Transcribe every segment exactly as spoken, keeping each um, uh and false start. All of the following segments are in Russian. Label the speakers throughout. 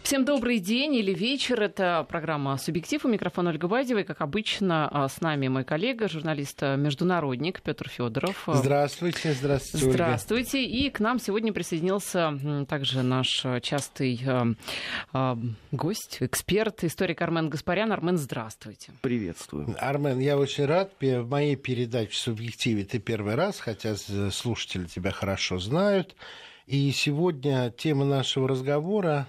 Speaker 1: Всем добрый день или вечер. Это программа «Субъектив». У микрофона Ольга Бадева. И, как обычно, с нами мой коллега, журналист-международник Петр Федоров.
Speaker 2: Здравствуйте, здравствуйте, Ольга.
Speaker 1: Здравствуйте. И к нам сегодня присоединился также наш частый э, э, гость, эксперт, историк Армен Гаспарян. Армен, здравствуйте.
Speaker 3: Приветствую.
Speaker 2: Армен, я очень рад. В моей передаче в «Субъективе» ты первый раз, хотя слушатели тебя хорошо знают. И сегодня тема нашего разговора,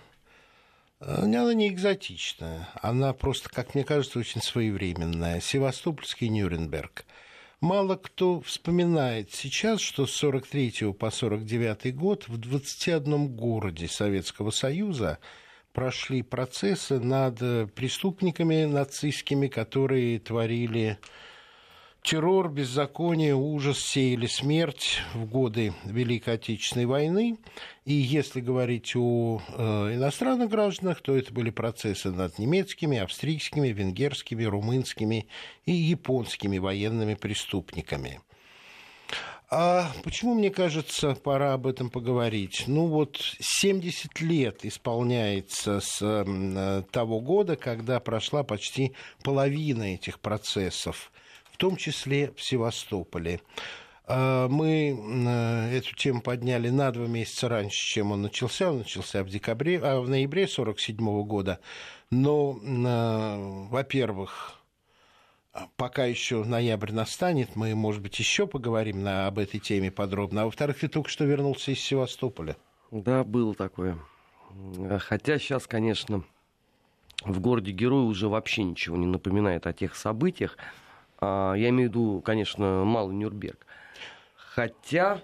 Speaker 2: она не экзотичная, она просто, как мне кажется, очень своевременная. Севастопольский Нюрнберг. Мало кто вспоминает сейчас, что с сорок третьего по сорок девятый год в двадцати одном городе Советского Союза прошли процессы над преступниками нацистскими, которые творили террор, беззаконие, ужас, сеяли смерть в годы Великой Отечественной войны. И если говорить о э, иностранных гражданах, то это были процессы над немецкими, австрийскими, венгерскими, румынскими и японскими военными преступниками. А почему, мне кажется, пора об этом поговорить? Ну вот семьдесят лет исполняется с э, того года, когда прошла почти половина этих процессов, в том числе в Севастополе. Мы эту тему подняли на два месяца раньше, чем он начался. Он начался в декабре, а в ноябре сорок седьмого года. Но, во-первых, пока еще ноябрь настанет, мы, может быть, еще поговорим на, об этой теме подробно. А во-вторых, ты только что вернулся из Севастополя.
Speaker 3: Да, было такое. Хотя сейчас, конечно, в городе-герое уже вообще ничего не напоминает о тех событиях. Я имею в виду, конечно, Малый Нюрнберг. Хотя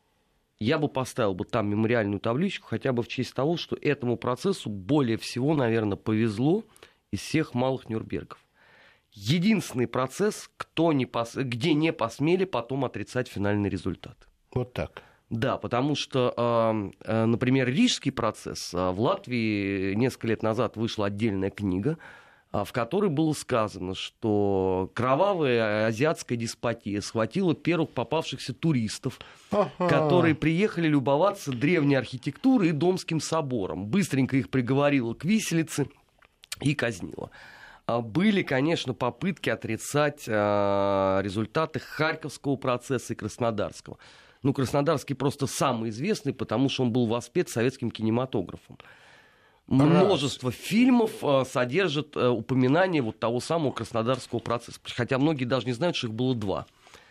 Speaker 3: я бы поставил бы там мемориальную табличку хотя бы в честь того, что этому процессу более всего, наверное, повезло из всех малых Нюрнбергов. Единственный процесс, кто не пос... где не посмели потом отрицать финальный результат.
Speaker 2: Вот так.
Speaker 3: Да, потому что, например, Рижский процесс, в Латвии несколько лет назад вышла отдельная книга, в которой было сказано, что кровавая азиатская деспотия схватила первых попавшихся туристов, ага. которые приехали любоваться древней архитектурой и Домским собором. Быстренько их приговорила к виселице и казнила. Были, конечно, попытки отрицать результаты Харьковского процесса и Краснодарского. Ну, Краснодарский просто самый известный, потому что он был воспет советским кинематографом. Множество Раз. фильмов э, содержит э, упоминание вот того самого Краснодарского процесса. Хотя многие даже не знают, что их было два.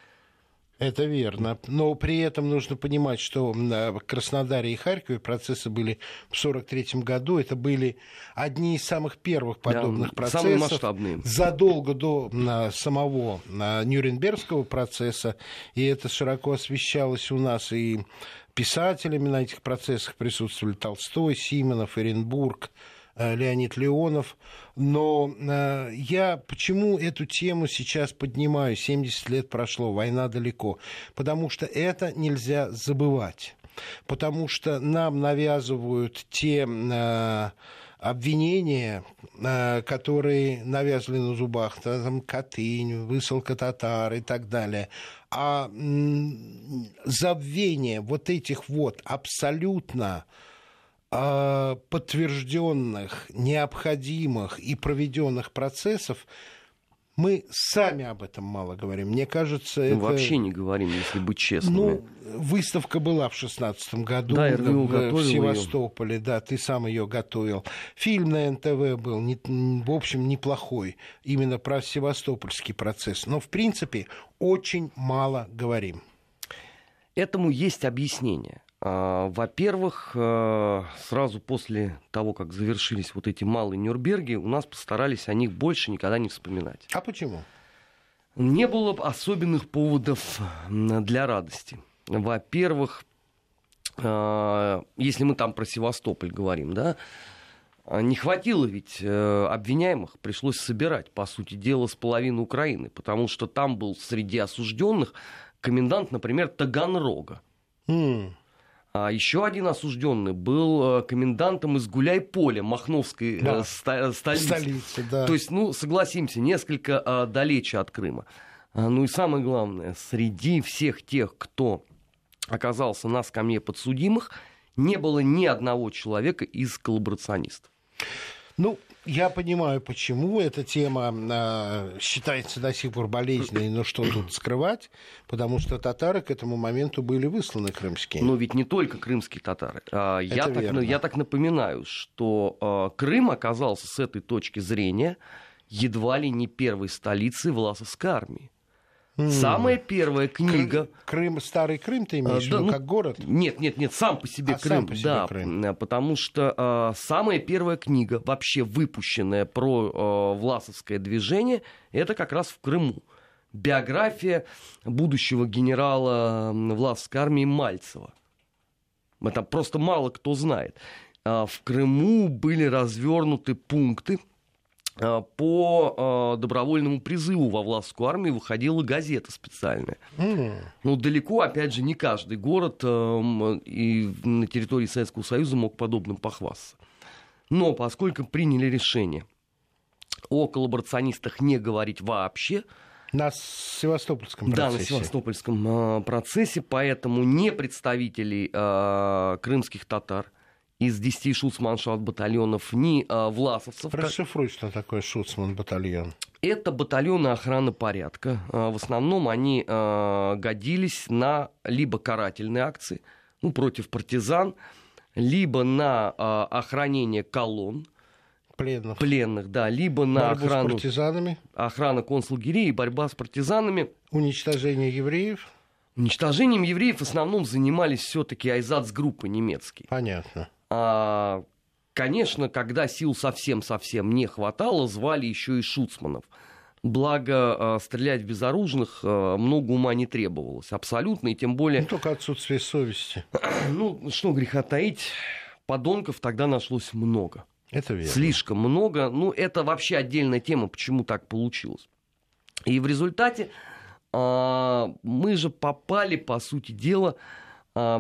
Speaker 2: Это верно. Но при этом нужно понимать, что в Краснодаре и Харькове процессы были в сорок третьем году. Это были одни из самых первых подобных да, процессов.
Speaker 3: Самые масштабные.
Speaker 2: Задолго до самого Нюрнбергского процесса. И это широко освещалось у нас и писателями на этих процессах присутствовали Толстой, Симонов, Эренбург, Леонид Леонов. Но э, я почему эту тему сейчас поднимаю? семьдесят лет прошло, война далеко. Потому что это нельзя забывать. Потому что нам навязывают те э, обвинения, э, которые навязаны на зубах. Там Катынь, высылка татар и так далее. А м, забвение вот этих вот абсолютно подтвержденных, необходимых и проведенных процессов, мы сами об этом мало говорим. Мне кажется, это...
Speaker 3: Ну, вообще не говорим, если быть честными.
Speaker 2: Ну, выставка была в шестнадцатом году
Speaker 3: да,
Speaker 2: в, в Севастополе. Ее. Да, ты сам ее готовил. Фильм на эн тэ вэ был, не, в общем, неплохой. Именно про севастопольский процесс. Но, в принципе, очень мало говорим.
Speaker 3: Этому есть объяснение. Во-первых, сразу после того, как завершились вот эти малые Нюрнберги, у нас постарались о них больше никогда не вспоминать.
Speaker 2: А почему?
Speaker 3: Не было особенных поводов для радости. Во-первых, если мы там про Севастополь говорим, да, не хватило ведь обвиняемых, пришлось собирать, по сути дела, с половины Украины, потому что там был среди осужденных комендант, например, Таганрога. Mm. А еще один осужденный был комендантом из Гуляйполя, Махновской да. ста- столицы.
Speaker 2: Столица, да.
Speaker 3: То есть, ну, согласимся, несколько а, далече от Крыма. А, ну и самое главное, среди всех тех, кто оказался на скамье подсудимых, не было ни одного человека из коллаборационистов.
Speaker 2: Ну, я понимаю, почему эта тема э, считается до сих пор болезненной, но что тут скрывать, потому что татары к этому моменту были высланы крымские.
Speaker 3: Но ведь не только крымские татары. Я так, я так напоминаю, что Крым оказался с этой точки зрения едва ли не первой столицей Власовской армии. Самая первая книга...
Speaker 2: Крым, Крым, старый Крым ты имеешь в виду,
Speaker 3: да,
Speaker 2: как город?
Speaker 3: Нет, нет, нет, сам по себе
Speaker 2: а,
Speaker 3: Крым.
Speaker 2: Сам по себе
Speaker 3: да,
Speaker 2: Крым.
Speaker 3: Потому что э, самая первая книга, вообще выпущенная про э, Власовское движение, это как раз в Крыму. Биография будущего генерала Власовской армии Мальцева. Это просто мало кто знает. Э, в Крыму были развернуты пункты. По э, добровольному призыву во Власовскую армию выходила газета специальная. Mm. Ну, далеко, опять же, не каждый город э, и на территории Советского Союза мог подобным похвастаться. Но поскольку приняли решение о коллаборационистах не говорить вообще...
Speaker 2: На Севастопольском процессе.
Speaker 3: Да, на Севастопольском э, процессе, поэтому не представителей э, крымских татар из десяти шуцманшафт-батальонов, ни а, власовцев.
Speaker 2: Расшифруй, что такое шуцман-батальон.
Speaker 3: Это батальоны охраны порядка. А, в основном они а, годились на либо карательные акции, ну, против партизан, либо на а, охранение колонн.
Speaker 2: Пленных.
Speaker 3: Пленных, да, либо на
Speaker 2: борьбу
Speaker 3: охрану...
Speaker 2: с партизанами.
Speaker 3: Охрана концлагерей и борьба с партизанами.
Speaker 2: Уничтожение евреев.
Speaker 3: Уничтожением евреев в основном занимались все-таки айзац-группы немецкие.
Speaker 2: Понятно.
Speaker 3: А, конечно, когда сил совсем-совсем не хватало, звали еще и шуцманов. Благо, стрелять в безоружных много ума не требовалось. Абсолютно, и тем более...
Speaker 2: Ну, только отсутствие совести.
Speaker 3: Ну, что греха таить, подонков тогда нашлось много.
Speaker 2: Это верно.
Speaker 3: Слишком много. Ну, это вообще отдельная тема, почему так получилось. И в результате а, мы же попали, по сути дела, а,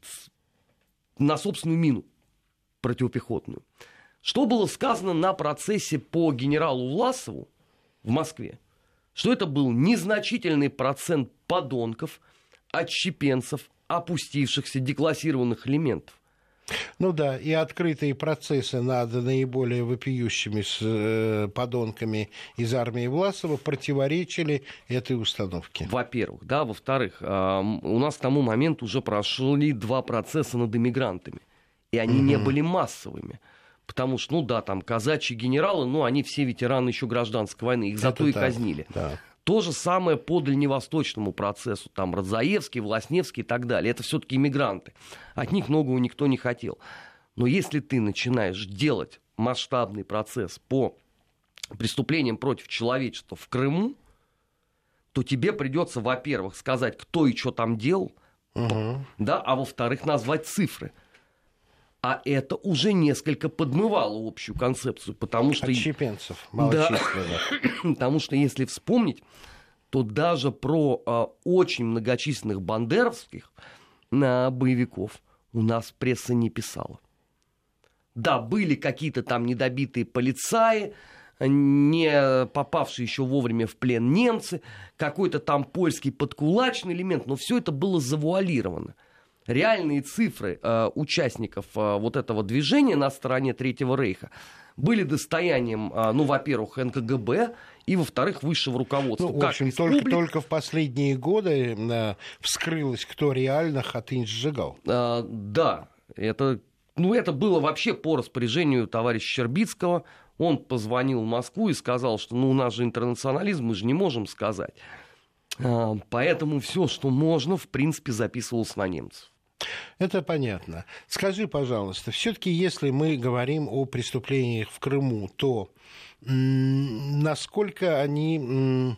Speaker 3: на собственную мину противопехотную. Что было сказано на процессе по генералу Власову в Москве? Что это был незначительный процент подонков, отщепенцев, опустившихся, деклассированных элементов.
Speaker 2: Ну да, и открытые процессы над наиболее вопиющими с, э, подонками из армии Власова противоречили этой установке.
Speaker 3: Во-первых, да, во-вторых, э, у нас к тому моменту уже прошли два процесса над эмигрантами, и они mm-hmm. не были массовыми. Потому что, ну да, там казачьи генералы, ну они все ветераны еще гражданской войны, их зато Это и так, казнили.
Speaker 2: Да.
Speaker 3: То же самое по дальневосточному процессу, там Радзаевский, Власневский и так далее. Это все-таки иммигранты. От них многого никто не хотел. Но если ты начинаешь делать масштабный процесс по преступлениям против человечества в Крыму, то тебе придется, во-первых, сказать, кто и что там делал, угу. да, а во-вторых, назвать цифры. А это уже несколько подмывало общую концепцию, потому что...
Speaker 2: Отщепенцев, малочисленных.
Speaker 3: Да, потому что, если вспомнить, то даже про а, очень многочисленных бандеровских а, боевиков у нас пресса не писала. Да, были какие-то там недобитые полицаи, не попавшие еще вовремя в плен немцы, какой-то там польский подкулачный элемент, но все это было завуалировано. Реальные цифры э, участников э, вот этого движения на стороне Третьего Рейха были достоянием, э, ну, во-первых, эн ка гэ бэ, и, во-вторых, высшего руководства.
Speaker 2: Ну, в общем, только, только в последние годы э, вскрылось, кто реально Хатынь сжигал.
Speaker 3: Э, да, это, ну, это было вообще по распоряжению товарища Щербицкого. Он позвонил в Москву и сказал, что ну, у нас же интернационализм, мы же не можем сказать. Э, поэтому все, что можно, в принципе, записывалось на немцев.
Speaker 2: Это понятно. Скажи, пожалуйста, все-таки, если мы говорим о преступлениях в Крыму, то м- насколько они м-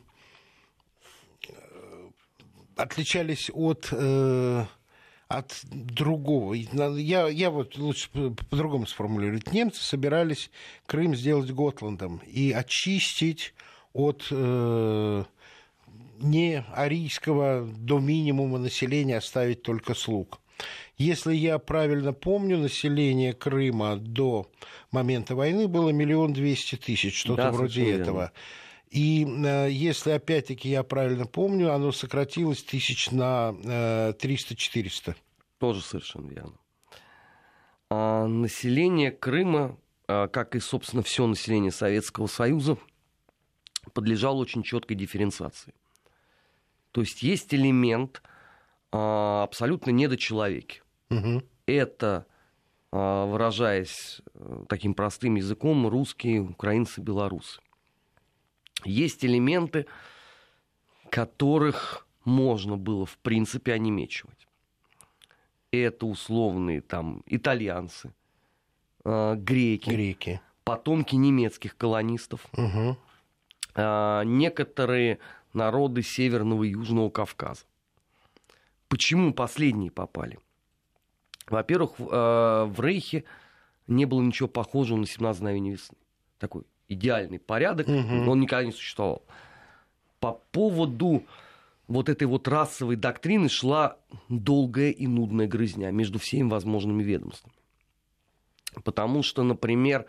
Speaker 2: отличались от, э- от другого? Я, я вот лучше по-другому сформулирую. Немцы собирались Крым сделать Готландом и очистить от... Э- не арийского до минимума населения, оставить только слуг. Если я правильно помню, население Крыма до момента войны было миллион двести тысяч, что-то да, вроде этого. И э, если, опять-таки, я правильно помню, оно сократилось тысяч на э, триста-четыреста.
Speaker 3: Тоже совершенно верно. А население Крыма как и, собственно, все население Советского Союза, подлежало очень четкой дифференциации. То есть есть элемент абсолютно недочеловеки. Угу. Это, выражаясь таким простым языком, русские, украинцы, белорусы. Есть элементы, которых можно было, в принципе, онемечивать. Это условные там итальянцы, э, греки,
Speaker 2: греки,
Speaker 3: потомки немецких колонистов,
Speaker 2: угу.
Speaker 3: э, некоторые народы Северного и Южного Кавказа. Почему последние попали? Во-первых, в, э, в Рейхе не было ничего похожего на семнадцать мгновений весны. Такой идеальный порядок, угу. он никогда не существовал. По поводу вот этой вот расовой доктрины шла долгая и нудная грызня между всеми возможными ведомствами. Потому что, например,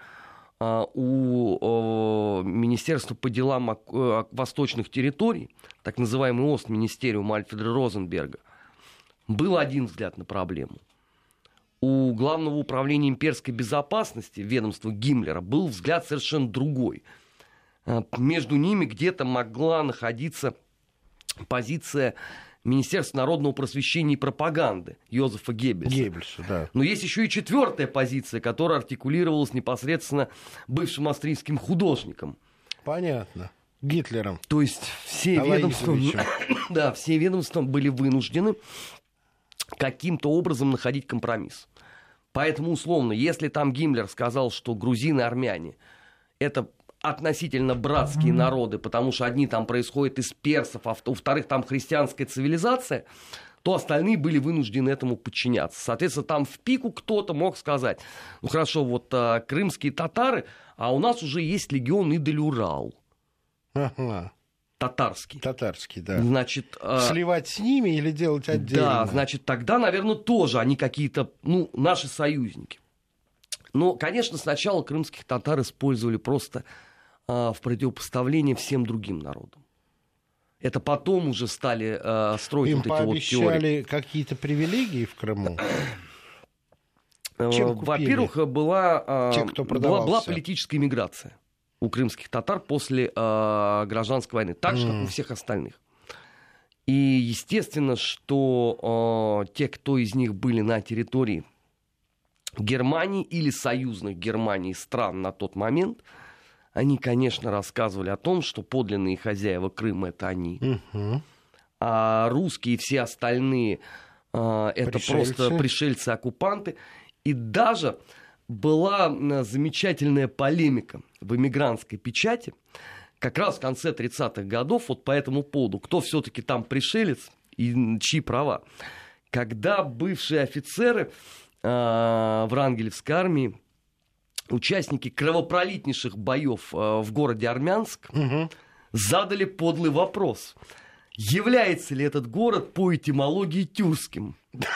Speaker 3: у Министерства по делам восточных территорий, так называемый Остминистериум Альфреда Розенберга, был один взгляд на проблему. У Главного управления имперской безопасности, ведомства Гиммлера, был взгляд совершенно другой. Между ними где-то могла находиться позиция Министерства народного просвещения и пропаганды Йозефа Геббельса.
Speaker 2: Геббельса, да.
Speaker 3: Но есть еще и четвертая позиция, которая артикулировалась непосредственно бывшим австрийским художником.
Speaker 2: Понятно. Гитлером.
Speaker 3: То есть все ведомства, да, все ведомства были вынуждены каким-то образом находить компромисс. Поэтому, условно, если там Гиммлер сказал, что грузины и армяне — это относительно братские народы, потому что одни там происходят из персов, а во-вторых, там христианская цивилизация, то остальные были вынуждены этому подчиняться. Соответственно, там в пику кто-то мог сказать: ну хорошо, вот а, крымские татары, а у нас уже есть легион Идель-Урал.
Speaker 2: Ага.
Speaker 3: Татарский.
Speaker 2: Татарский, да.
Speaker 3: Значит,
Speaker 2: сливать с ними или делать отдельно?
Speaker 3: Да, значит, тогда, наверное, тоже они какие-то, ну, наши союзники. Но, конечно, сначала крымских татар использовали просто а, в противопоставлении всем другим народам. Это потом уже стали а, строить
Speaker 2: им
Speaker 3: вот эти вот теории.
Speaker 2: Им пообещали какие-то привилегии в Крыму?
Speaker 3: Во-первых, была, а,
Speaker 2: Те, кто
Speaker 3: была, была политическая миграция у крымских татар после э, гражданской войны, так же, mm. как у всех остальных. И естественно, что э, те, кто из них были на территории Германии или союзных Германии стран на тот момент, они, конечно, рассказывали о том, что подлинные хозяева Крыма — это они, mm-hmm. а русские и все остальные э, — это
Speaker 2: пришельцы.
Speaker 3: Просто пришельцы-оккупанты. И даже была замечательная полемика в эмигрантской печати как раз в конце тридцатых годов вот по этому поводу, кто все-таки там пришелец и чьи права. Когда бывшие офицеры э, Врангелевской армии, участники кровопролитнейших боев э, в городе Армянск, угу. задали подлый вопрос: является ли этот город по этимологии тюркским?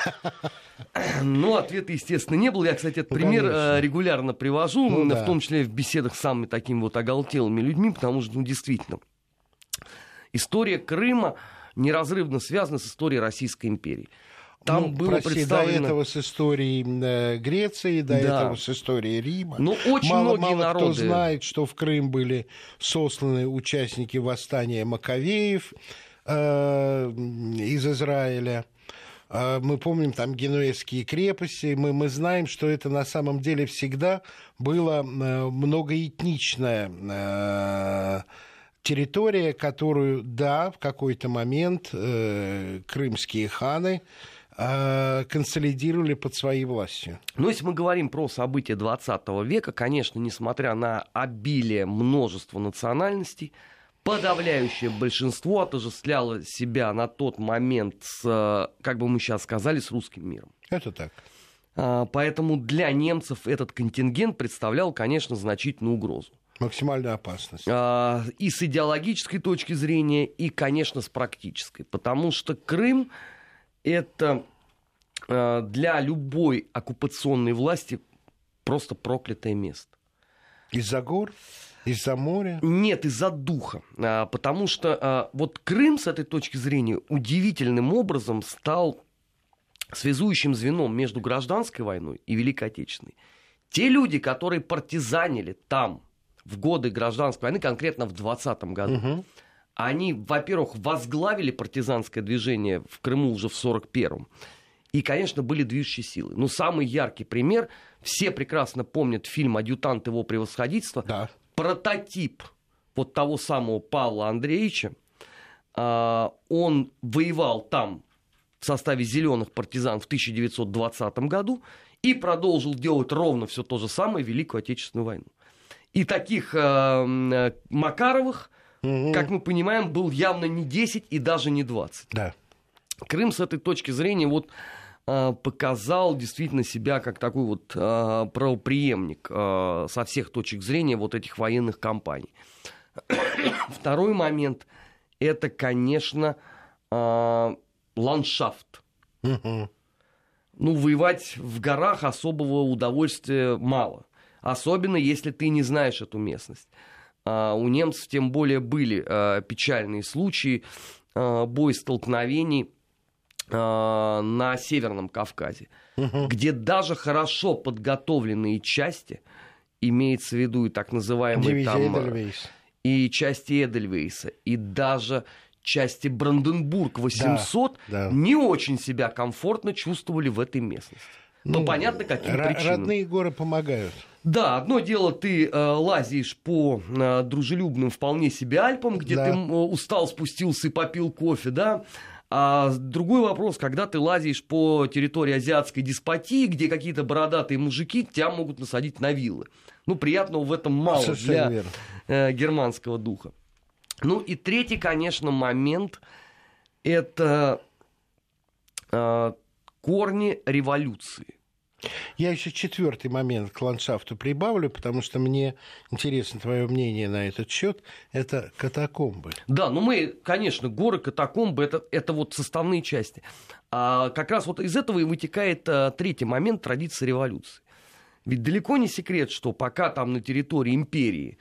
Speaker 3: Ну, ответа, естественно, не было. Я, кстати, этот ну, пример конечно. регулярно привожу, ну, в да. том числе в беседах с самыми такими вот оголтелыми людьми, потому что, ну, действительно, история Крыма неразрывно связана с историей Российской империи. Там
Speaker 2: ну,
Speaker 3: было
Speaker 2: прости,
Speaker 3: представлено...
Speaker 2: до этого с историей э, Греции, до да. этого с историей Рима.
Speaker 3: Ну, очень
Speaker 2: мало,
Speaker 3: многие
Speaker 2: мало
Speaker 3: народы...
Speaker 2: кто знает, что в Крым были сосланы участники восстания Маковеев э, из Израиля. Мы помним там генуэзские крепости, мы, мы знаем, что это на самом деле всегда была многоэтничная э, территория, которую, да, в какой-то момент э, крымские ханы э, консолидировали под своей властью.
Speaker 3: Ну, если мы говорим про события двадцатого века, конечно, несмотря на обилие множества национальностей, подавляющее большинство отождествляло себя на тот момент с, как бы мы сейчас сказали, с русским миром.
Speaker 2: Это так.
Speaker 3: Поэтому для немцев этот контингент представлял, конечно, значительную угрозу.
Speaker 2: Максимальную опасность.
Speaker 3: И с идеологической точки зрения, и, конечно, с практической. Потому что Крым — это для любой оккупационной власти просто проклятое место.
Speaker 2: Из-за гор? Из-за моря?
Speaker 3: Нет, из-за духа. Потому что вот Крым с этой точки зрения удивительным образом стал связующим звеном между гражданской войной и Великой Отечественной. Те люди, которые партизанили там в годы гражданской войны, конкретно в двадцатом году, угу. они, во-первых, возглавили партизанское движение в Крыму уже в сорок первом. И, конечно, были движущие силы. Но самый яркий пример, все прекрасно помнят фильм «Адъютант его превосходительства».
Speaker 2: Да.
Speaker 3: Прототип вот того самого Павла Андреевича. Он воевал там в составе зеленых партизан в тысяча девятьсот двадцатом году и продолжил делать ровно все то же самое в Великую Отечественную войну. И таких э, Макаровых, угу. как мы понимаем, был явно не десять и даже не двадцать.
Speaker 2: Да.
Speaker 3: Крым с этой точки зрения вот, э, показал действительно себя как такой вот э, правопреемник э, со всех точек зрения вот этих военных кампаний. Второй момент – это, конечно, э, ландшафт.
Speaker 2: Угу.
Speaker 3: Ну, воевать в горах особого удовольствия мало. Особенно, если ты не знаешь эту местность. А, у немцев, тем более, были а, печальные случаи а, боестолкновений а, на Северном Кавказе, угу. где даже хорошо подготовленные части, имеется в виду и так называемые там, и части Эдельвейса, и даже части Бранденбург восемьсот, да, да. не очень себя комфортно чувствовали в этой местности. Ну, Но понятно, каким р- причинам.
Speaker 2: Родные горы помогают.
Speaker 3: Да, одно дело, ты э, лазишь по э, дружелюбным вполне себе Альпам, где да. ты э, устал, спустился и попил кофе, да. А другой вопрос, когда ты лазишь по территории азиатской деспотии, где какие-то бородатые мужики тебя могут насадить на виллы. Ну, приятного в этом мало Совершенно для э, германского духа. Ну и третий, конечно, момент – это э, корни революции.
Speaker 2: Я еще четвертый момент к ландшафту прибавлю, потому что мне интересно твое мнение на этот счет. Это катакомбы.
Speaker 3: Да, ну мы, конечно, горы, катакомбы это, – это вот составные части. А как раз вот из этого и вытекает а, третий момент – традиции революции. Ведь далеко не секрет, что пока там на территории империи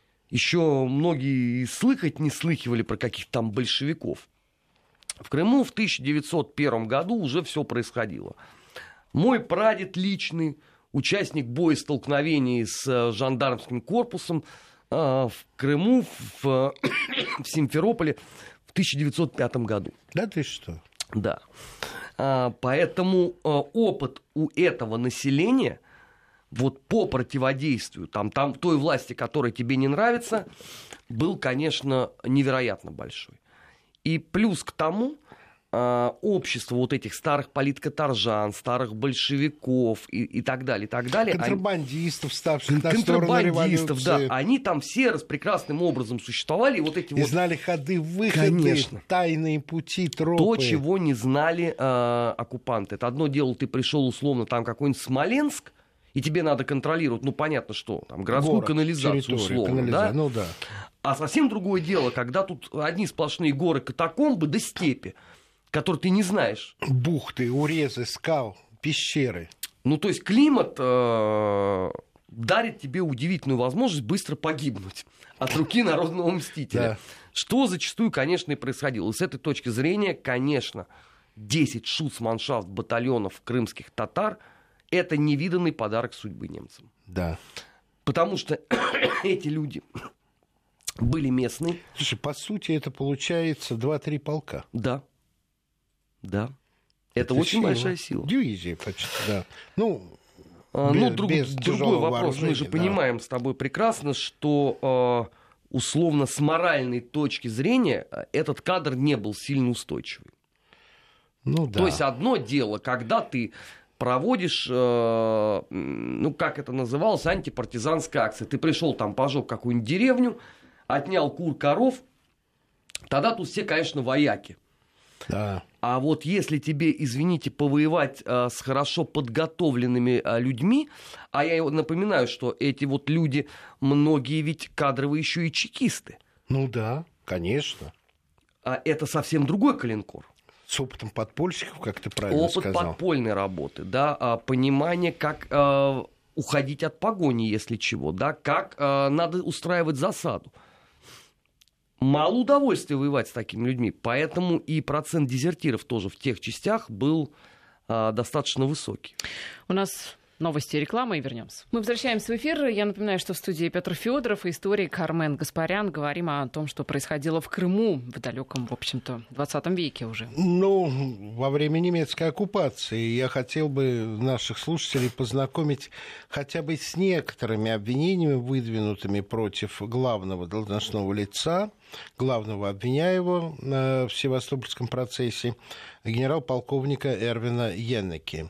Speaker 3: еще многие слыхать не слыхивали про каких-то там большевиков. В Крыму в тысяча девятьсот первом году уже все происходило. Мой прадед личный, участник боестолкновений с жандармским корпусом э, в Крыму, в, в Симферополе в тысяча девятьсот пятом году.
Speaker 2: Да ты что?
Speaker 3: Да. А, поэтому а, опыт у этого населения вот по противодействию там, там, той власти, которая тебе не нравится, был, конечно, невероятно большой. И плюс к тому, э, общество вот этих старых политкоторжан, старых большевиков и, и так далее, и так далее.
Speaker 2: Контрабандистов, они, ставших
Speaker 3: на сторону революции. Да, они там все прекрасным образом существовали. И, вот эти
Speaker 2: и
Speaker 3: вот...
Speaker 2: знали ходы, выходы, конечно. Тайные пути, тропы.
Speaker 3: То, чего не знали э, оккупанты. Это одно дело, ты пришел условно там какой-нибудь Смоленск, и тебе надо контролировать, ну, понятно, что, там, городскую Город, канализацию, условно, канализа... да?
Speaker 2: Ну, да.
Speaker 3: А совсем другое дело, когда тут одни сплошные горы, катакомбы да степи, которые ты не знаешь.
Speaker 2: Бухты, урезы, скал, пещеры.
Speaker 3: Ну, то есть климат э, дарит тебе удивительную возможность быстро погибнуть от руки народного мстителя.
Speaker 2: Да.
Speaker 3: Что зачастую, конечно, и происходило. И с этой точки зрения, конечно, десять шуцманшафт батальонов крымских татар – это невиданный подарок судьбы немцам.
Speaker 2: Да.
Speaker 3: Потому что эти люди были местные.
Speaker 2: Слушай, по сути, это получается два-три полка.
Speaker 3: Да. Да. Это, это очень сила. Большая сила.
Speaker 2: Дивизия почти, да. Ну,
Speaker 3: а, без, ну друг, без другой вопрос. Мы же да. понимаем с тобой прекрасно, что э, условно с моральной точки зрения этот кадр не был сильно устойчивый.
Speaker 2: Ну да.
Speaker 3: То есть одно дело, когда ты проводишь, э, ну, как это называлось, антипартизанская акция. Ты пришел там, пожег какую-нибудь деревню, отнял кур, коров, тогда тут все, конечно, вояки.
Speaker 2: Да.
Speaker 3: А вот если тебе, извините, повоевать э, с хорошо подготовленными э, людьми, а я напоминаю, что эти вот люди, многие ведь кадровые еще и чекисты.
Speaker 2: Ну да, конечно.
Speaker 3: А это совсем другой калинкор.
Speaker 2: С опытом подпольщиков, как ты правильно
Speaker 3: Опыт
Speaker 2: сказал.
Speaker 3: Опыт подпольной работы, да, понимание, как э, уходить от погони, если чего, да, как э, надо устраивать засаду. Мало удовольствия воевать с такими людьми, поэтому и процент дезертиров тоже в тех частях был э, достаточно высокий.
Speaker 1: У нас Новости и реклама, и вернемся. Мы возвращаемся в эфир. Я напоминаю, что в студии Петр Федоров и историк Армен Гаспарян. Говорим о том, что происходило в Крыму в далеком, в общем-то, двадцатом веке уже.
Speaker 2: Ну, во время немецкой оккупации я хотел бы наших слушателей познакомить хотя бы с некоторыми обвинениями, выдвинутыми против главного должностного лица, главного обвиняемого в Севастопольском процессе, генерал-полковника Эрвина Йеннеке.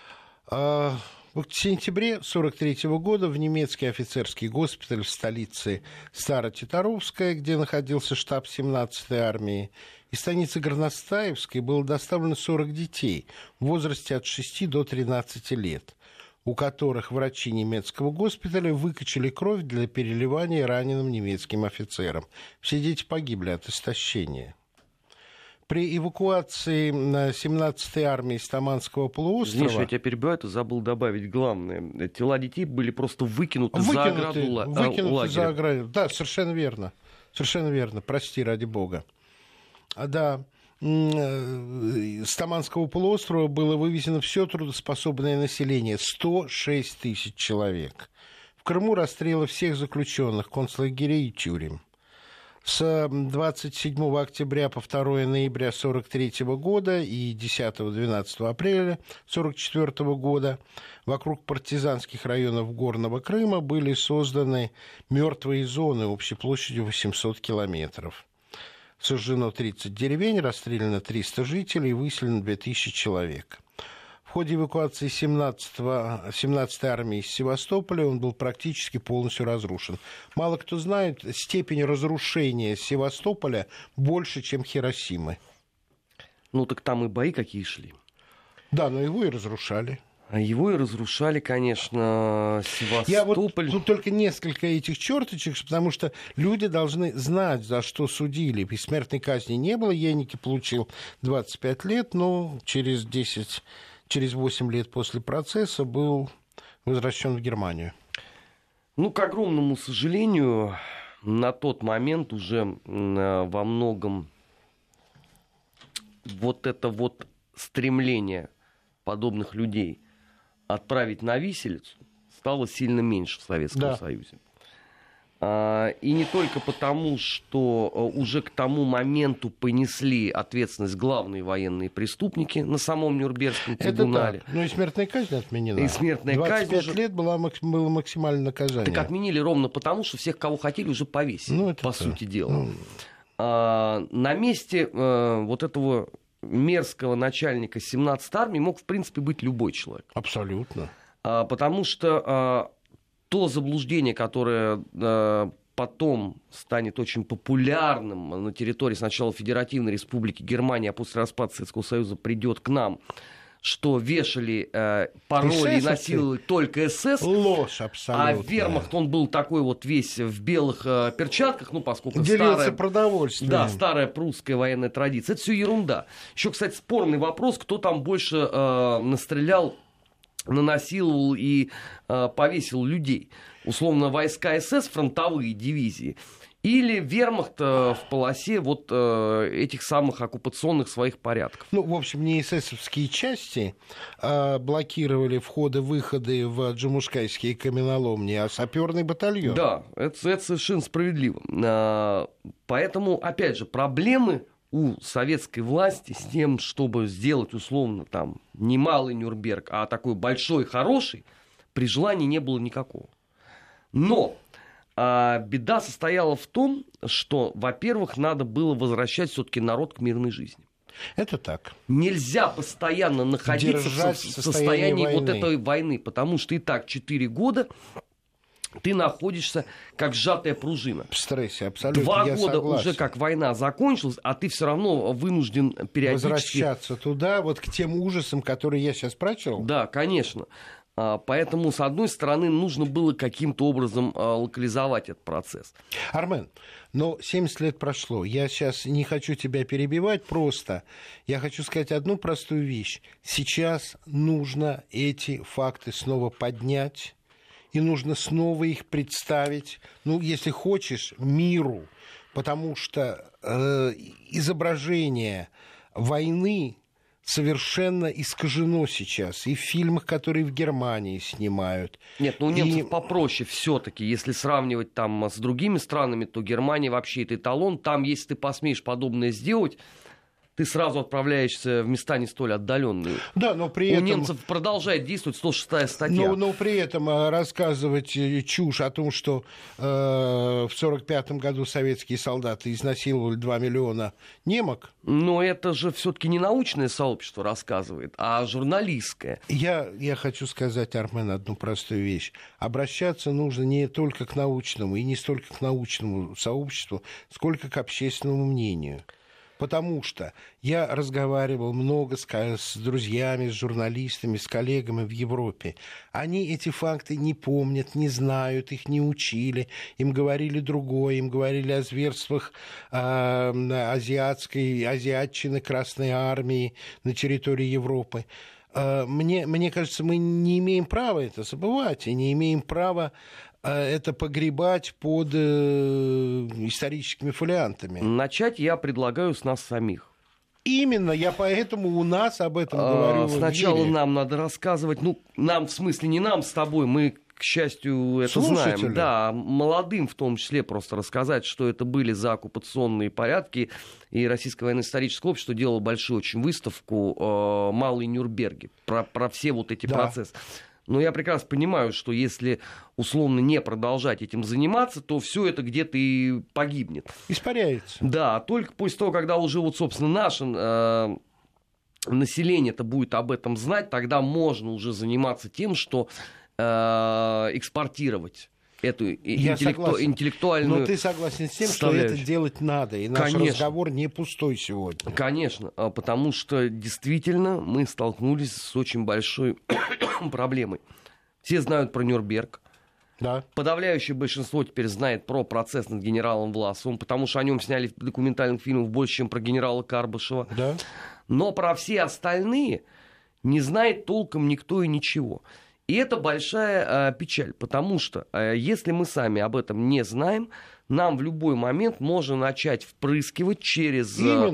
Speaker 2: В сентябре сорок третьего года в немецкий офицерский госпиталь в столице Старо-Титаровская, где находился штаб семнадцатой армии, из станицы Горностаевской было доставлено сорок детей в возрасте от шести до тринадцати лет, у которых врачи немецкого госпиталя выкачали кровь для переливания раненым немецким офицерам. Все дети погибли от истощения. При эвакуации семнадцатой армии с Таманского полуострова...
Speaker 3: Извини, я тебя перебиваю, ты забыл добавить главное. Тела детей были просто выкинуты, выкинуты за ограду ла-
Speaker 2: выкинуты
Speaker 3: лагеря.
Speaker 2: за ограду. Да, совершенно верно. Совершенно верно. Прости, ради бога. А, да. С Таманского полуострова было вывезено все трудоспособное население. сто шесть тысяч человек. В Крыму расстрелы всех заключенных, концлагерей и тюрем. С двадцать седьмого октября по второго ноября сорок третьего года и десятого-двенадцатого апреля сорок четвёртого года вокруг партизанских районов Горного Крыма были созданы мертвые зоны общей площадью восемьсот километров. Сожжено тридцать деревень, расстреляно триста жителей, выселено две тысячи человек. В ходе эвакуации семнадцатой армии из Севастополя он был практически полностью разрушен. Мало кто знает, степень разрушения Севастополя больше, чем Хиросимы.
Speaker 3: Ну, так там и бои какие шли.
Speaker 2: Да, но его и разрушали.
Speaker 3: А его и разрушали, конечно, Севастополь.
Speaker 2: Я вот тут только несколько этих черточек, потому что люди должны знать, за что судили. И смертной казни не было, Йеннеке получил двадцать пять лет, но через десять... через восемь лет после процесса был возвращен в Германию.
Speaker 3: Ну, к огромному сожалению, на тот момент уже во многом вот это вот стремление подобных людей отправить на виселицу стало сильно меньше в Советском
Speaker 2: да.
Speaker 3: Союзе. И не только потому, что уже к тому моменту понесли ответственность главные военные преступники на самом Нюрнбергском трибунале.
Speaker 2: Это так. Ну и смертная казнь отменена.
Speaker 3: И смертная
Speaker 2: двадцать пять
Speaker 3: казнь
Speaker 2: лет была, было максимальное наказание.
Speaker 3: Так отменили ровно потому, что всех, кого хотели, уже повесили, ну, по так. сути дела. Ну... А, на месте а, вот этого мерзкого начальника семнадцатой армии мог, в принципе, быть любой человек.
Speaker 2: Абсолютно.
Speaker 3: А, потому что... А, то заблуждение, которое э, потом станет очень популярным на территории сначала Федеративной Республики Германии, а после распада Советского Союза придет к нам, что вешали э, пароли и насиловали только СС.
Speaker 2: Ложь абсолютно.
Speaker 3: А вермахт, он был такой вот весь в белых э, перчатках, ну, поскольку
Speaker 2: делился
Speaker 3: старая...
Speaker 2: продовольствием.
Speaker 3: Да, старая прусская военная традиция. Это все ерунда. Еще, кстати, спорный вопрос, кто там больше э, настрелял, нанасиловал и э, повесил людей. Условно, войска СС, фронтовые дивизии, или вермахт э, в полосе вот э, этих самых оккупационных своих порядков.
Speaker 2: Ну, в общем, не эсэсовские части а блокировали входы-выходы в джамушкайские каменоломни, а саперный батальон.
Speaker 3: Да, это, это совершенно справедливо. А, поэтому, опять же, проблемы у советской власти с тем, чтобы сделать, условно, там, не малый Нюрнберг, а такой большой, хороший, при желании не было никакого. Но а, беда состояла в том, что, во-первых, надо было возвращать все-таки народ к мирной жизни.
Speaker 2: Это так.
Speaker 3: Нельзя постоянно находиться
Speaker 2: Держать
Speaker 3: в состоянии,
Speaker 2: войны.
Speaker 3: вот этой войны, потому что и так четыре года ты находишься как сжатая пружина.
Speaker 2: В стрессе, абсолютно.
Speaker 3: Два
Speaker 2: я
Speaker 3: года
Speaker 2: согласен.
Speaker 3: уже как война закончилась, а ты все равно вынужден периодически...
Speaker 2: Возвращаться туда, вот к тем ужасам, которые я сейчас прочел.
Speaker 3: Да, конечно. Поэтому, с одной стороны, нужно было каким-то образом локализовать этот процесс.
Speaker 2: Армен, но семьдесят лет прошло. Я сейчас не хочу тебя перебивать, просто я хочу сказать одну простую вещь. Сейчас нужно эти факты снова поднять, и нужно снова их представить, ну, если хочешь, миру. Потому что э, изображение войны совершенно искажено сейчас. И в фильмах, которые в Германии снимают.
Speaker 3: Нет, ну у немцев
Speaker 2: и...
Speaker 3: попроще все-таки. Если сравнивать там с другими странами, то Германия вообще это эталон. Там, если ты посмеешь подобное сделать, ты сразу отправляешься в места не столь отдаленные.
Speaker 2: Да, но при
Speaker 3: У
Speaker 2: этом...
Speaker 3: немцев продолжает действовать сто шестая статья.
Speaker 2: Но, но при этом рассказывать чушь о том, что э, в сорок пятом году советские солдаты изнасиловали два миллиона немок.
Speaker 3: Но это же все-таки не научное сообщество рассказывает, а журналистское.
Speaker 2: Я, я хочу сказать, Армен, одну простую вещь. Обращаться нужно не только к научному и не столько к научному сообществу, сколько к общественному мнению. Потому что я разговаривал много с, с друзьями, с журналистами, с коллегами в Европе. Они эти факты не помнят, не знают, их не учили. Им говорили другое, им говорили о зверствах э, азиатской, азиатчины Красной Армии на территории Европы. Э, мне, мне кажется, мы не имеем права это забывать, и не имеем права это погребать под э, историческими фолиантами.
Speaker 3: Начать я предлагаю с нас самих.
Speaker 2: Именно, я поэтому у нас об этом а, говорю.
Speaker 3: Сначала нам надо рассказывать, ну, нам, в смысле, не нам с тобой, мы, к счастью, это
Speaker 2: Слушатели.
Speaker 3: знаем. Да, молодым в том числе просто рассказать, что это были за оккупационные порядки, и Российское военно-историческое общество делало большую очень выставку э, «Малый Нюрнберге» про, про все вот эти
Speaker 2: да.
Speaker 3: процессы. Но я прекрасно понимаю, что если условно не продолжать этим заниматься, то все это где-то и погибнет.
Speaker 2: Испаряется.
Speaker 3: Да, только после того, когда уже вот, собственно, наше э, население-то будет об этом знать, тогда можно уже заниматься тем, что э, экспортировать эту интеллекту... интеллектуальную.
Speaker 2: Но ты согласен с тем, что это делать надо, и наш
Speaker 3: Конечно.
Speaker 2: разговор не пустой сегодня.
Speaker 3: Конечно, потому что действительно мы столкнулись с очень большой проблемой. Все знают про Нюрнберг.
Speaker 2: Да.
Speaker 3: Подавляющее большинство теперь знает про процесс над генералом Власовым, потому что о нем сняли документальных фильмов больше, чем про генерала Карбышева.
Speaker 2: Да.
Speaker 3: Но про все остальные не знает толком никто и ничего. И это большая э, печаль, потому что э, если мы сами об этом не знаем, нам в любой момент можно начать впрыскивать через, э,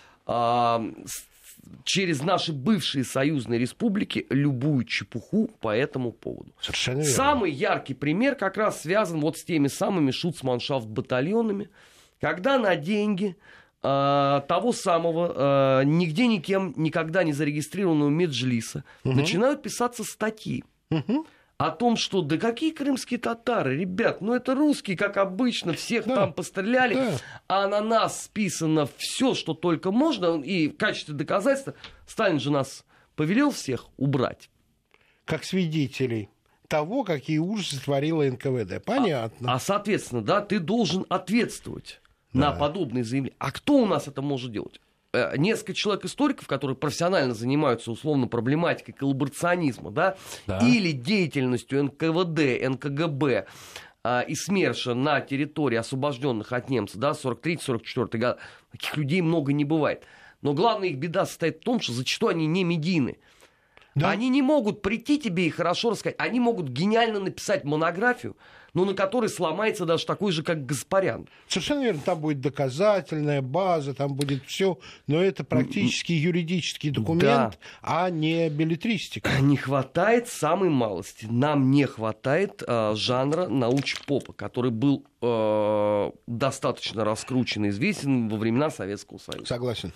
Speaker 3: э, через наши бывшие союзные республики любую чепуху по этому поводу.
Speaker 2: Совершенно верно.
Speaker 3: Самый яркий пример как раз связан вот с теми самыми шуцманшафт-батальонами, когда на деньги э, того самого, э, нигде никем никогда не зарегистрированного Меджлиса угу. начинают писаться статьи. Угу. О том, что да какие крымские татары, ребят, ну это русские, как обычно, всех да. там постреляли, да. а на нас списано все, что только можно, и в качестве доказательства Сталин же нас повелел всех убрать.
Speaker 2: Как свидетелей того, какие ужасы творила эн ка вэ дэ. Понятно.
Speaker 3: А, а соответственно, да, ты должен ответствовать да. на подобные заявления. А кто у нас это может делать? Несколько человек-историков, которые профессионально занимаются условно проблематикой коллаборационизма, да, да. или деятельностью эн ка вэ дэ, эн ка гэ бэ а, и СМЕРШа на территории, освобожденных от немцев, да, сорок третий сорок четвёртый год. Таких людей много не бывает. Но главная их беда состоит в том, что зачастую они не медийны. Да. Они не могут прийти тебе и хорошо рассказать. Они могут гениально написать монографию, но на которой сломается даже такой же, как Гаспарян.
Speaker 2: Совершенно верно. Там будет доказательная база, там будет все, но это практически юридический документ, да. а не беллетристика.
Speaker 3: Не хватает самой малости. Нам не хватает э, жанра научпопа, который был э, достаточно раскручен и известен во времена Советского Союза.
Speaker 2: Согласен.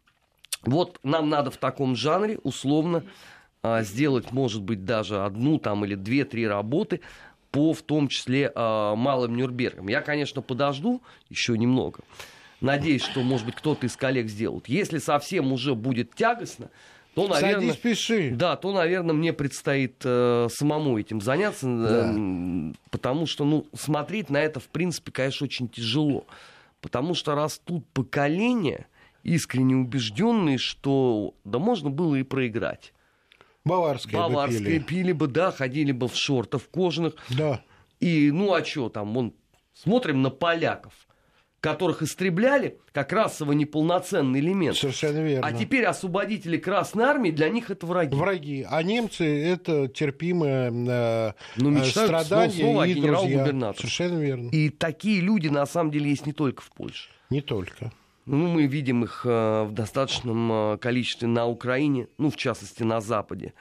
Speaker 3: Вот нам надо в таком жанре условно э, сделать, может быть, даже одну там или две-три работы по, в том числе, э, малым Нюрнбергам. Я, конечно, подожду еще немного. Надеюсь, что, может быть, кто-то из коллег сделает. Если совсем уже будет тягостно, то, наверное,
Speaker 2: Садись, пиши.
Speaker 3: Да, то, наверное, мне предстоит э, самому этим заняться, да. э, потому что, ну, смотреть на это, в принципе, конечно, очень тяжело. Потому что растут поколения, искренне убежденные, что да можно было и проиграть.
Speaker 2: Баварское,
Speaker 3: Баварское
Speaker 2: бы пили.
Speaker 3: пили бы, да, ходили бы в шортах, в кожаных.
Speaker 2: Да.
Speaker 3: И, ну, а что там, вон, смотрим на поляков, которых истребляли как расово неполноценный элемент.
Speaker 2: Совершенно верно.
Speaker 3: А теперь освободители Красной Армии, для них это враги.
Speaker 2: Враги. А немцы это терпимое э,
Speaker 3: ну,
Speaker 2: страдание
Speaker 3: снова
Speaker 2: и
Speaker 3: генерал-губернатор.
Speaker 2: Совершенно верно.
Speaker 3: И такие люди, на самом деле, есть не только в Польше.
Speaker 2: Не только.
Speaker 3: Ну, мы видим их в достаточном количестве на Украине, ну, в частности, на Западе.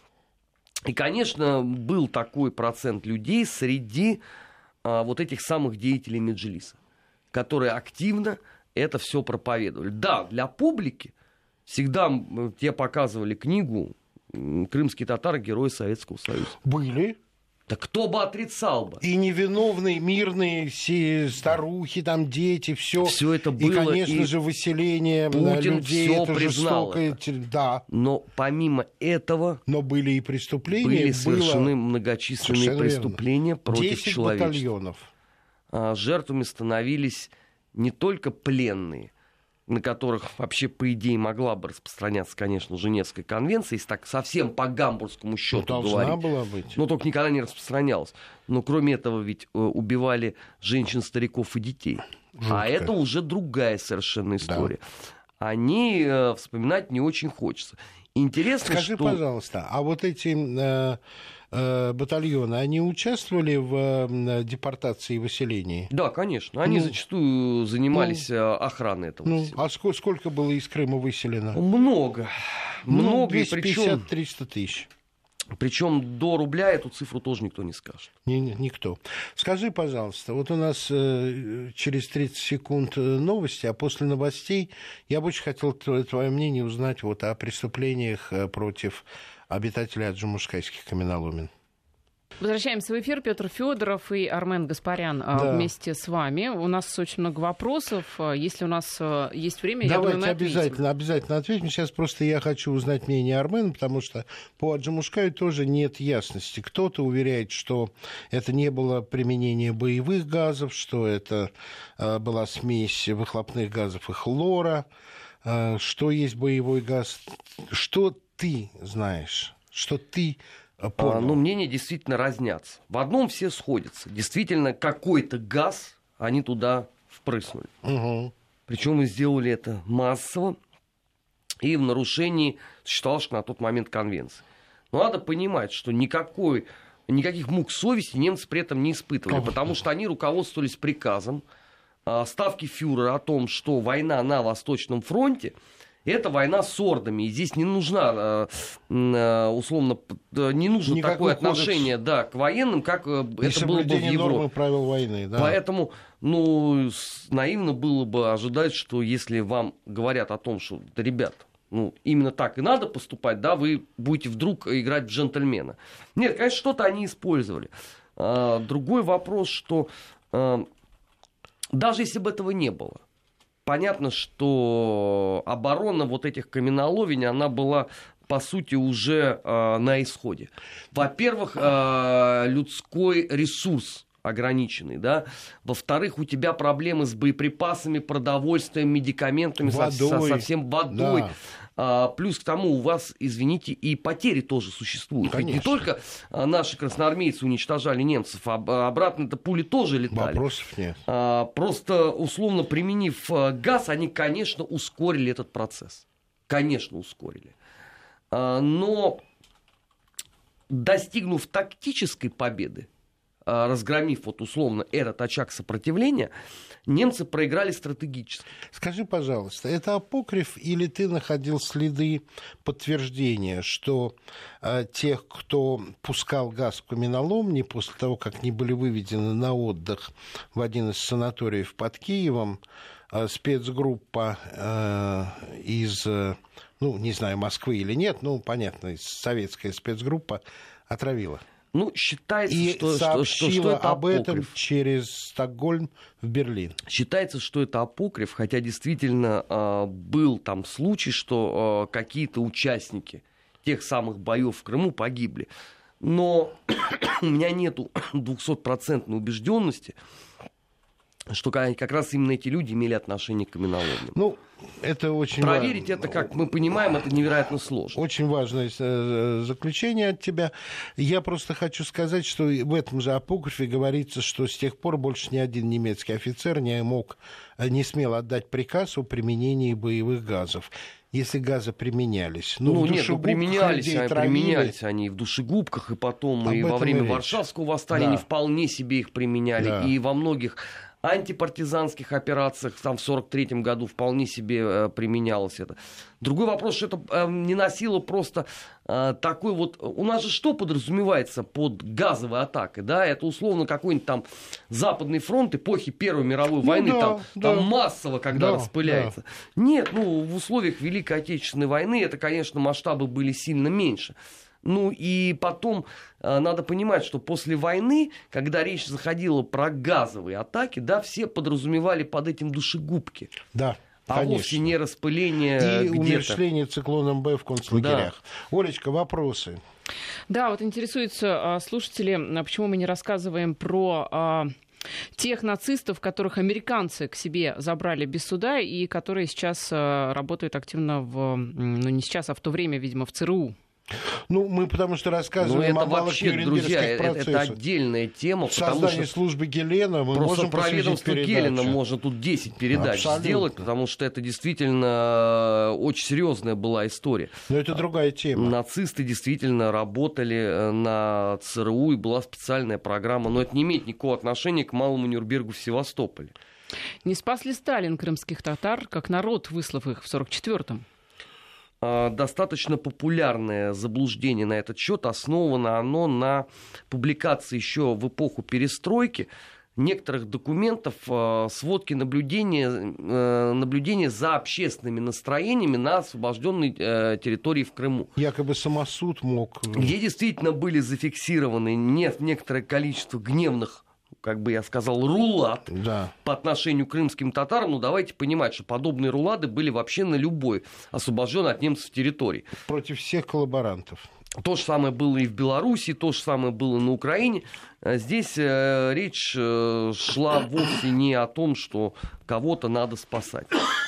Speaker 3: И, конечно, был такой процент людей среди а, вот этих самых деятелей Меджлиса, которые активно это все проповедовали. Да, для публики всегда тебе показывали книгу «Крымские татары. Герои Советского Союза».
Speaker 2: Были.
Speaker 3: Да кто бы отрицал бы?
Speaker 2: И невиновные, мирные, все старухи, там дети, все.
Speaker 3: Все это было.
Speaker 2: И, конечно
Speaker 3: и
Speaker 2: же, выселение
Speaker 3: Путин
Speaker 2: людей,
Speaker 3: все
Speaker 2: это
Speaker 3: признал
Speaker 2: жестокое.
Speaker 3: это.
Speaker 2: Да.
Speaker 3: Но помимо этого
Speaker 2: Но были и преступления.
Speaker 3: были
Speaker 2: было...
Speaker 3: совершены многочисленные
Speaker 2: Совершенно
Speaker 3: преступления
Speaker 2: верно.
Speaker 3: против
Speaker 2: десять
Speaker 3: человечества.
Speaker 2: батальонов.
Speaker 3: А, жертвами становились не только пленные, на которых вообще, по идее, могла бы распространяться, конечно, Женевская конвенция, если так совсем по гамбургскому счету
Speaker 2: ну,
Speaker 3: говорить.
Speaker 2: должна была быть.
Speaker 3: Но только никогда не распространялась. Но кроме этого ведь э, убивали женщин, стариков и детей.
Speaker 2: Жутко. А
Speaker 3: это уже другая совершенно история. Да. О ней э, вспоминать не очень хочется. Интересно,
Speaker 2: Скажи,
Speaker 3: что...
Speaker 2: пожалуйста, а вот эти э, э, батальоны, они участвовали в э, депортации и выселении?
Speaker 3: Да, конечно. Они ну, зачастую занимались ну, охраной этого
Speaker 2: ну,
Speaker 3: всего.
Speaker 2: А сколько, сколько было из Крыма выселено?
Speaker 3: Много.
Speaker 2: Ну,
Speaker 3: Много.
Speaker 2: двести пятьдесят - триста тысяч.
Speaker 3: Причем до рубля эту цифру тоже никто не скажет.
Speaker 2: Ни, никто. Скажи, пожалуйста, вот у нас э, через тридцать секунд новости, а после новостей я бы очень хотел твое мнение узнать вот о преступлениях против обитателей аджимушкайских каменоломен.
Speaker 1: Возвращаемся в эфир. Петр Федоров и Армен Гаспарян да. вместе с вами. У нас очень много вопросов. Если у нас есть время,
Speaker 2: Давайте
Speaker 1: я думаю, мы
Speaker 2: обязательно,
Speaker 1: ответим.
Speaker 2: обязательно ответим. Сейчас просто я хочу узнать мнение Армена, потому что по Аджимушкаю тоже нет ясности. Кто-то уверяет, что это не было применение боевых газов, что это э, была смесь выхлопных газов и хлора, э, что есть боевой газ. Что ты знаешь? Что ты...
Speaker 3: А, ну, мнения действительно разнятся. В одном все сходятся. Действительно, какой-то газ они туда впрыснули.
Speaker 2: Угу.
Speaker 3: Причем мы сделали это массово и в нарушении существовавших на тот момент конвенций. Но надо понимать, что никакой, никаких мук совести немцы при этом не испытывали, oh. потому что они руководствовались приказом ставки фюрера о том, что война на Восточном фронте это война с ордами, и здесь не нужна, условно, не нужно
Speaker 2: Никакой
Speaker 3: такое отношение да, к военным, как это было бы в Европе.
Speaker 2: Нормы правил войны, да.
Speaker 3: Поэтому, ну, наивно было бы ожидать, что если вам говорят о том, что, да, ребят, ну, именно так и надо поступать, да, вы будете вдруг играть в джентльмена. Нет, конечно, что-то они использовали. Другой вопрос, что даже если бы этого не было, понятно, что оборона вот этих каменоловень, она была, по сути, уже э, на исходе. Во-первых, э, людской ресурс ограниченный, да. Во-вторых, у тебя проблемы с боеприпасами, продовольствием, медикаментами,
Speaker 2: водой.
Speaker 3: Со, со, совсем водой.
Speaker 2: Да.
Speaker 3: А, плюс к тому у вас, извините, и потери тоже существуют. Ведь не только наши красноармейцы уничтожали немцев, а обратно-то пули тоже летали.
Speaker 2: Вопросов нет.
Speaker 3: А, просто, условно применив газ, они, конечно, ускорили этот процесс. Конечно, ускорили. А, но достигнув тактической победы, разгромив вот условно этот очаг сопротивления, немцы проиграли стратегически.
Speaker 2: Скажи, пожалуйста, это апокриф или ты находил следы подтверждения, что э, тех, кто пускал газ в каменоломни после того, как они были выведены на отдых в один из санаториев под Киевом, э, спецгруппа э, из, э, ну, не знаю, Москвы или нет, ну, понятно, советская спецгруппа отравила?
Speaker 3: Ну, считается,
Speaker 2: и
Speaker 3: что,
Speaker 2: сообщила
Speaker 3: что, что, что это
Speaker 2: об
Speaker 3: апокриф.
Speaker 2: этом через Стокгольм в Берлин.
Speaker 3: Считается, что это апокриф, хотя действительно э, был там случай, что э, какие-то участники тех самых боев в Крыму погибли. Но у меня нету двухсотпроцентной убежденности, что как раз именно эти люди имели отношение к каменоломням.
Speaker 2: Ну, это очень
Speaker 3: Проверить
Speaker 2: важно.
Speaker 3: это, как мы понимаем, это невероятно сложно.
Speaker 2: Очень важное заключение от тебя. Я просто хочу сказать, что в этом же апокрифе говорится, что с тех пор больше ни один немецкий офицер не мог, не смел отдать приказ о применении боевых газов. Если газы применялись.
Speaker 3: Ну, ну нет, ну, применялись, они, применялись они в душегубках, и потом, Об и во время Варшавского восстания да. они вполне себе их применяли. Да. И во многих антипартизанских операциях, там в сорок третьем году вполне себе э, применялось это. Другой вопрос, что это э, не носило просто э, такой вот... У нас же что подразумевается под газовой атакой, да? Это условно какой-нибудь там Западный фронт эпохи Первой мировой ну, войны, да, там, да. там массово, когда да, распыляется. Да. Нет, ну, в условиях Великой Отечественной войны это, конечно, масштабы были сильно меньше. Ну и потом э, надо понимать, что после войны, когда речь заходила про газовые атаки, да, все подразумевали под этим душегубки.
Speaker 2: Да.
Speaker 3: А конечно. Вовсе не распыление
Speaker 2: и
Speaker 3: где-то.
Speaker 2: Умерщвление циклоном Б в концлагерях. Да. Олечка, вопросы?
Speaker 1: Да, вот интересуются слушатели, почему мы не рассказываем про... тех нацистов, которых американцы к себе забрали без суда и которые сейчас работают активно в... Ну, не сейчас, а в то время, видимо, в ЦРУ.
Speaker 2: Ну, мы потому что рассказываем
Speaker 3: ну,
Speaker 2: о малых нюрнбергских процессах.
Speaker 3: Это отдельная тема.
Speaker 2: Создание
Speaker 3: что
Speaker 2: службы Гелена мы
Speaker 3: просто
Speaker 2: можем
Speaker 3: про ведомство Гелена можно тут десять передач Абсолютно. сделать, потому что это действительно очень серьезная была история.
Speaker 2: Но это другая тема.
Speaker 3: Нацисты действительно работали на ЦРУ, и была специальная программа, но это не имеет никакого отношения к Малому Нюрнбергу в Севастополе.
Speaker 1: Не спас ли Сталин крымских татар, как народ, выслав их в сорок четвёртом?
Speaker 3: Достаточно популярное заблуждение на этот счет. Основано оно на публикации еще в эпоху перестройки некоторых документов, сводки наблюдения, наблюдения за общественными настроениями на освобожденной территории в Крыму.
Speaker 2: Якобы самосуд мог...
Speaker 3: Где действительно были зафиксированы некоторое количество гневных, как бы я сказал, рулад да. по отношению к крымским татарам. Ну, давайте понимать, что подобные рулады были вообще на любой освобожденной от немцев территории.
Speaker 2: Против всех коллаборантов.
Speaker 3: То же самое было и в Беларуси, то же самое было на Украине. Здесь э, речь э, шла вовсе не о том, что кого-то надо спасать.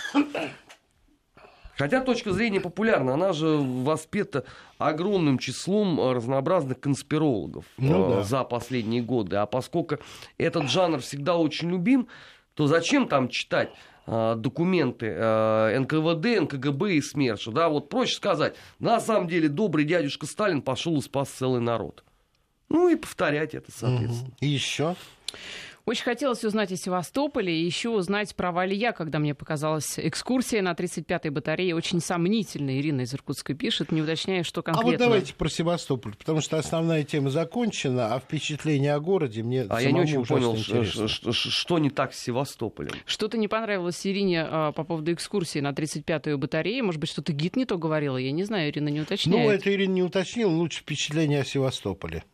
Speaker 3: Хотя точка зрения популярна, она же воспета огромным числом разнообразных конспирологов ну, э, да. за последние годы. А поскольку этот жанр всегда очень любим, то зачем там читать э, документы э, эн ка вэ дэ, эн ка гэ бэ и СМЕРШа? Да? Вот проще сказать, на самом деле добрый дядюшка Сталин пошел и спас целый народ. Ну и повторять это, соответственно.
Speaker 2: Угу. И еще...
Speaker 1: Очень хотелось узнать о Севастополе и еще узнать про Валия, когда мне показалась экскурсия на тридцать пятой батарее очень сомнительная. Ирина из Иркутска пишет, не уточняя, что конкретно.
Speaker 2: А вот давайте про Севастополь, потому что основная тема закончена, а впечатление о городе мне
Speaker 3: а
Speaker 2: самому
Speaker 3: я не очень понял,
Speaker 2: интересно.
Speaker 3: Что, что, что не так с Севастополем.
Speaker 1: Что-то не понравилось Ирине а, по поводу экскурсии на тридцать пятую батарею. Может быть, что-то гид не то говорила, я не знаю, Ирина не уточняет.
Speaker 2: Ну, это Ирина не уточнила, лучше впечатление о Севастополе.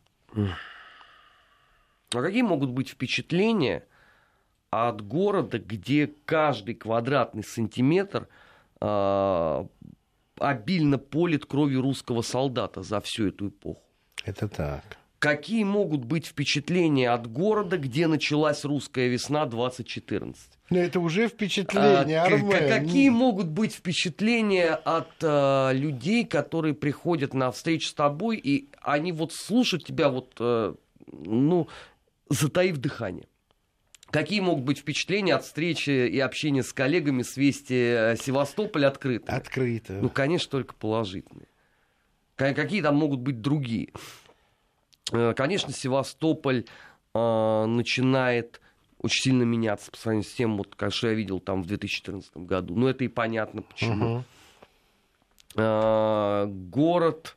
Speaker 3: А какие могут быть впечатления от города, где каждый квадратный сантиметр э, обильно полит кровью русского солдата за всю эту эпоху?
Speaker 2: Это так.
Speaker 3: Какие могут быть впечатления от города, где началась русская весна двадцать четырнадцать?
Speaker 2: Но это уже впечатления,
Speaker 3: а,
Speaker 2: Армен.
Speaker 3: Какие могут быть впечатления от а, людей, которые приходят на встречу с тобой, и они вот слушают тебя вот, а, ну... затаив дыхание. Какие могут быть впечатления от встречи и общения с коллегами с Вести Севастополь открыто?
Speaker 2: Открыто.
Speaker 3: Ну, конечно, только положительные. Какие там могут быть другие? Конечно, Севастополь э, начинает очень сильно меняться по сравнению с тем, вот, что я видел там в две тысячи четырнадцатом году. Но это и понятно, почему. Uh-huh. Э, город,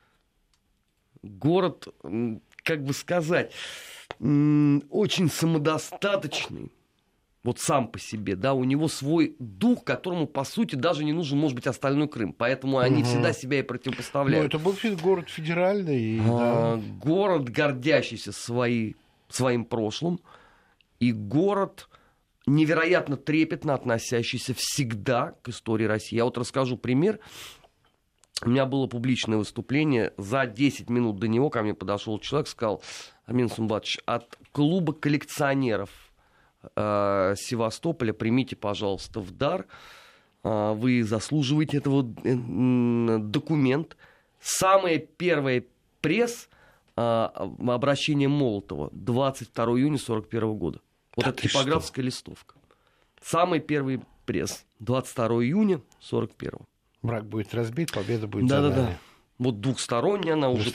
Speaker 3: город, как бы сказать... очень самодостаточный, вот сам по себе, да, у него свой дух, которому, по сути, даже не нужен, может быть, остальной Крым, поэтому они угу. всегда себя и противопоставляют.
Speaker 2: Ну, это был город федеральный.
Speaker 3: А,
Speaker 2: да.
Speaker 3: Город, гордящийся свои, своим прошлым, и город невероятно трепетно относящийся всегда к истории России. Я вот расскажу пример. У меня было публичное выступление, за десять минут до него ко мне подошел человек, сказал: Армен Сумбатович, от клуба коллекционеров э, Севастополя примите, пожалуйста, в дар. Э, вы заслуживаете этого э, документ. Самое первое пресс э, обращение Молотова двадцать второго июня сорок первого года. Вот да это типографская что? Листовка. Самый первый пресс двадцать второго июня сорок первого.
Speaker 2: Враг будет разбит, победа будет
Speaker 3: да,
Speaker 2: за
Speaker 3: да,
Speaker 2: нами.
Speaker 3: Да. Вот двухсторонняя, она уже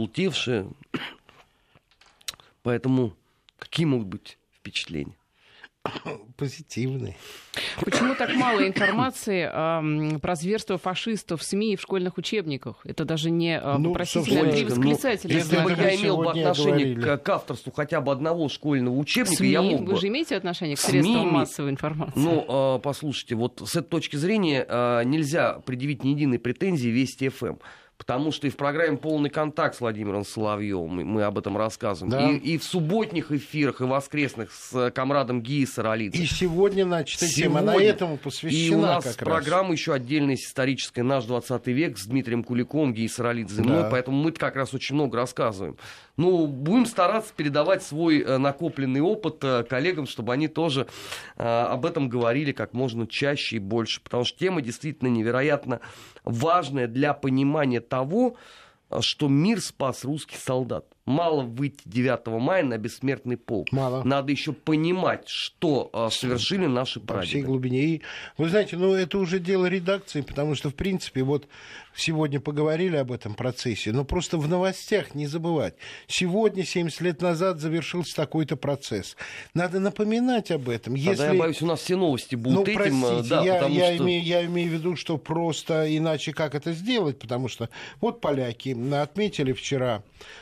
Speaker 3: пожелтевшая. Поэтому какие могут быть впечатления?
Speaker 2: Позитивный.
Speaker 1: Почему так мало информации э, про зверство фашистов в СМИ и в школьных учебниках? Это даже не э,
Speaker 2: Ну,
Speaker 1: вопросительное, а три
Speaker 2: собственно,
Speaker 1: восклицательных
Speaker 3: Если бы
Speaker 2: это
Speaker 1: знака.
Speaker 2: мы
Speaker 3: я имел бы
Speaker 2: сегодня
Speaker 3: отношение
Speaker 2: говорили.
Speaker 3: к, к авторству хотя бы одного школьного учебника,
Speaker 1: СМИ,
Speaker 3: я мог бы...
Speaker 1: вы же имеете отношение к
Speaker 3: СМИ
Speaker 1: средствам
Speaker 3: име-
Speaker 1: массовой информации?
Speaker 3: Ну, э, послушайте, вот с этой точки зрения э, нельзя предъявить ни единой претензии Вести ФМ. Потому что и в программе «Полный контакт» с Владимиром Соловьевым мы, мы об этом рассказываем.
Speaker 2: Да.
Speaker 3: И, и в субботних эфирах, и воскресных с комрадом Гией Саралидзе.
Speaker 2: И сегодня начатая тема на
Speaker 3: Сегодня.
Speaker 2: этому посвящена.
Speaker 3: И у нас
Speaker 2: как
Speaker 3: программа еще отдельная историческая «Наш двадцатый век» с Дмитрием Куликовым, Гией Саралидзе и мной,
Speaker 2: Да.
Speaker 3: поэтому мы как раз очень много рассказываем. Ну, будем стараться передавать свой э, накопленный опыт э, коллегам, чтобы они тоже э, об этом говорили как можно чаще и больше, потому что тема действительно невероятно важная для понимания того, что мир спас русский солдат. Мало выйти девятого мая на бессмертный полк.
Speaker 2: Мало.
Speaker 3: Надо еще понимать, что э, совершили наши
Speaker 2: По всей
Speaker 3: прадеды.
Speaker 2: глубине. И, вы знаете, ну это уже дело редакции, потому что, в принципе, вот сегодня поговорили об этом процессе, но просто в новостях не забывать. Сегодня, семьдесят лет назад, завершился такой-то процесс. Надо напоминать об этом.
Speaker 3: Тогда,
Speaker 2: Если...
Speaker 3: я боюсь, у нас все новости будут
Speaker 2: Ну,
Speaker 3: этим. э,
Speaker 2: простите,
Speaker 3: да,
Speaker 2: я,
Speaker 3: потому
Speaker 2: я,
Speaker 3: что...
Speaker 2: имею, я имею в виду, что просто иначе как это сделать, потому что вот поляки отметили вчера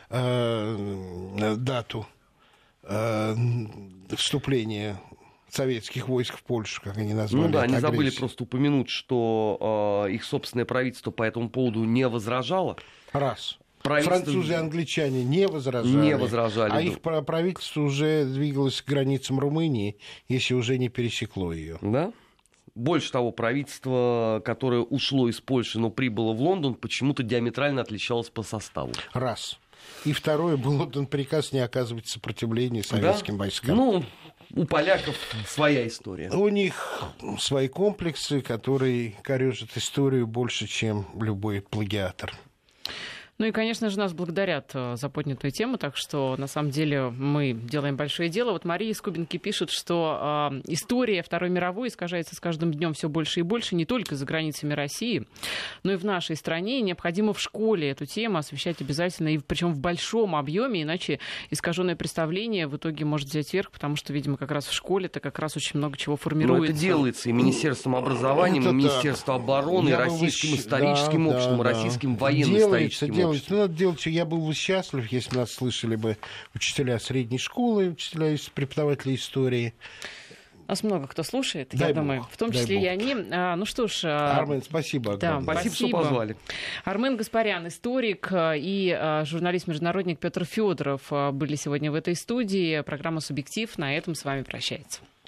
Speaker 2: э, дату э, вступления советских войск в Польшу, как они назвали.
Speaker 3: Ну да,
Speaker 2: это
Speaker 3: они забыли
Speaker 2: агрессией.
Speaker 3: просто упомянуть, что э, их собственное правительство по этому поводу не возражало.
Speaker 2: Раз.
Speaker 3: Правительство-
Speaker 2: Французы и англичане не возражали.
Speaker 3: Не возражали,
Speaker 2: А
Speaker 3: да.
Speaker 2: их пра- правительство уже двигалось к границам Румынии, если уже не пересекло ее.
Speaker 3: Да? Больше того, правительство, которое ушло из Польши, но прибыло в Лондон, почему-то диаметрально отличалось по составу.
Speaker 2: Раз. И второе, был отдан приказ не оказывать сопротивления советским
Speaker 3: Да?
Speaker 2: войскам.
Speaker 3: Ну, у поляков своя история.
Speaker 2: У них свои комплексы, которые корежат историю больше, чем любой плагиатор.
Speaker 1: Ну и, конечно же, нас благодарят э, за поднятую тему, так что, на самом деле, мы делаем большое дело. Вот Мария из Кубинки пишет, что э, история Второй мировой искажается с каждым днем все больше и больше, не только за границами России, но и в нашей стране. И необходимо в школе эту тему освещать обязательно, и причем в большом объеме, иначе искаженное представление в итоге может взять верх, потому что, видимо, как раз в школе-то как раз очень много чего
Speaker 3: Но
Speaker 1: формируется.
Speaker 3: это делается и Министерством образования,
Speaker 2: Это
Speaker 3: и
Speaker 2: так.
Speaker 3: Министерством обороны, и
Speaker 2: Я бы
Speaker 3: Российским
Speaker 2: выщ-
Speaker 3: историческим
Speaker 2: да,
Speaker 3: обществом,
Speaker 2: да,
Speaker 3: и
Speaker 2: да.
Speaker 3: Российским
Speaker 2: Делается,
Speaker 3: военно-историческим
Speaker 2: делается.
Speaker 3: обществом.
Speaker 2: Ну, надо делать, я был бы счастлив, если бы нас слышали бы учителя средней школы, учителя, ис- преподаватели истории.
Speaker 1: Нас много кто слушает,
Speaker 2: Дай
Speaker 1: я
Speaker 2: бог,
Speaker 1: думаю, в том
Speaker 2: дай
Speaker 1: числе
Speaker 2: бог.
Speaker 1: и они. А, ну что ж... а,
Speaker 2: Армен, спасибо
Speaker 1: да,
Speaker 2: огромное.
Speaker 3: Спасибо,
Speaker 1: Спасибо.
Speaker 3: что позвали.
Speaker 1: Армен Гаспарян, историк, и а, журналист-международник Петр Федоров а, были сегодня в этой студии. Программа «Субъектив» на этом с вами прощается.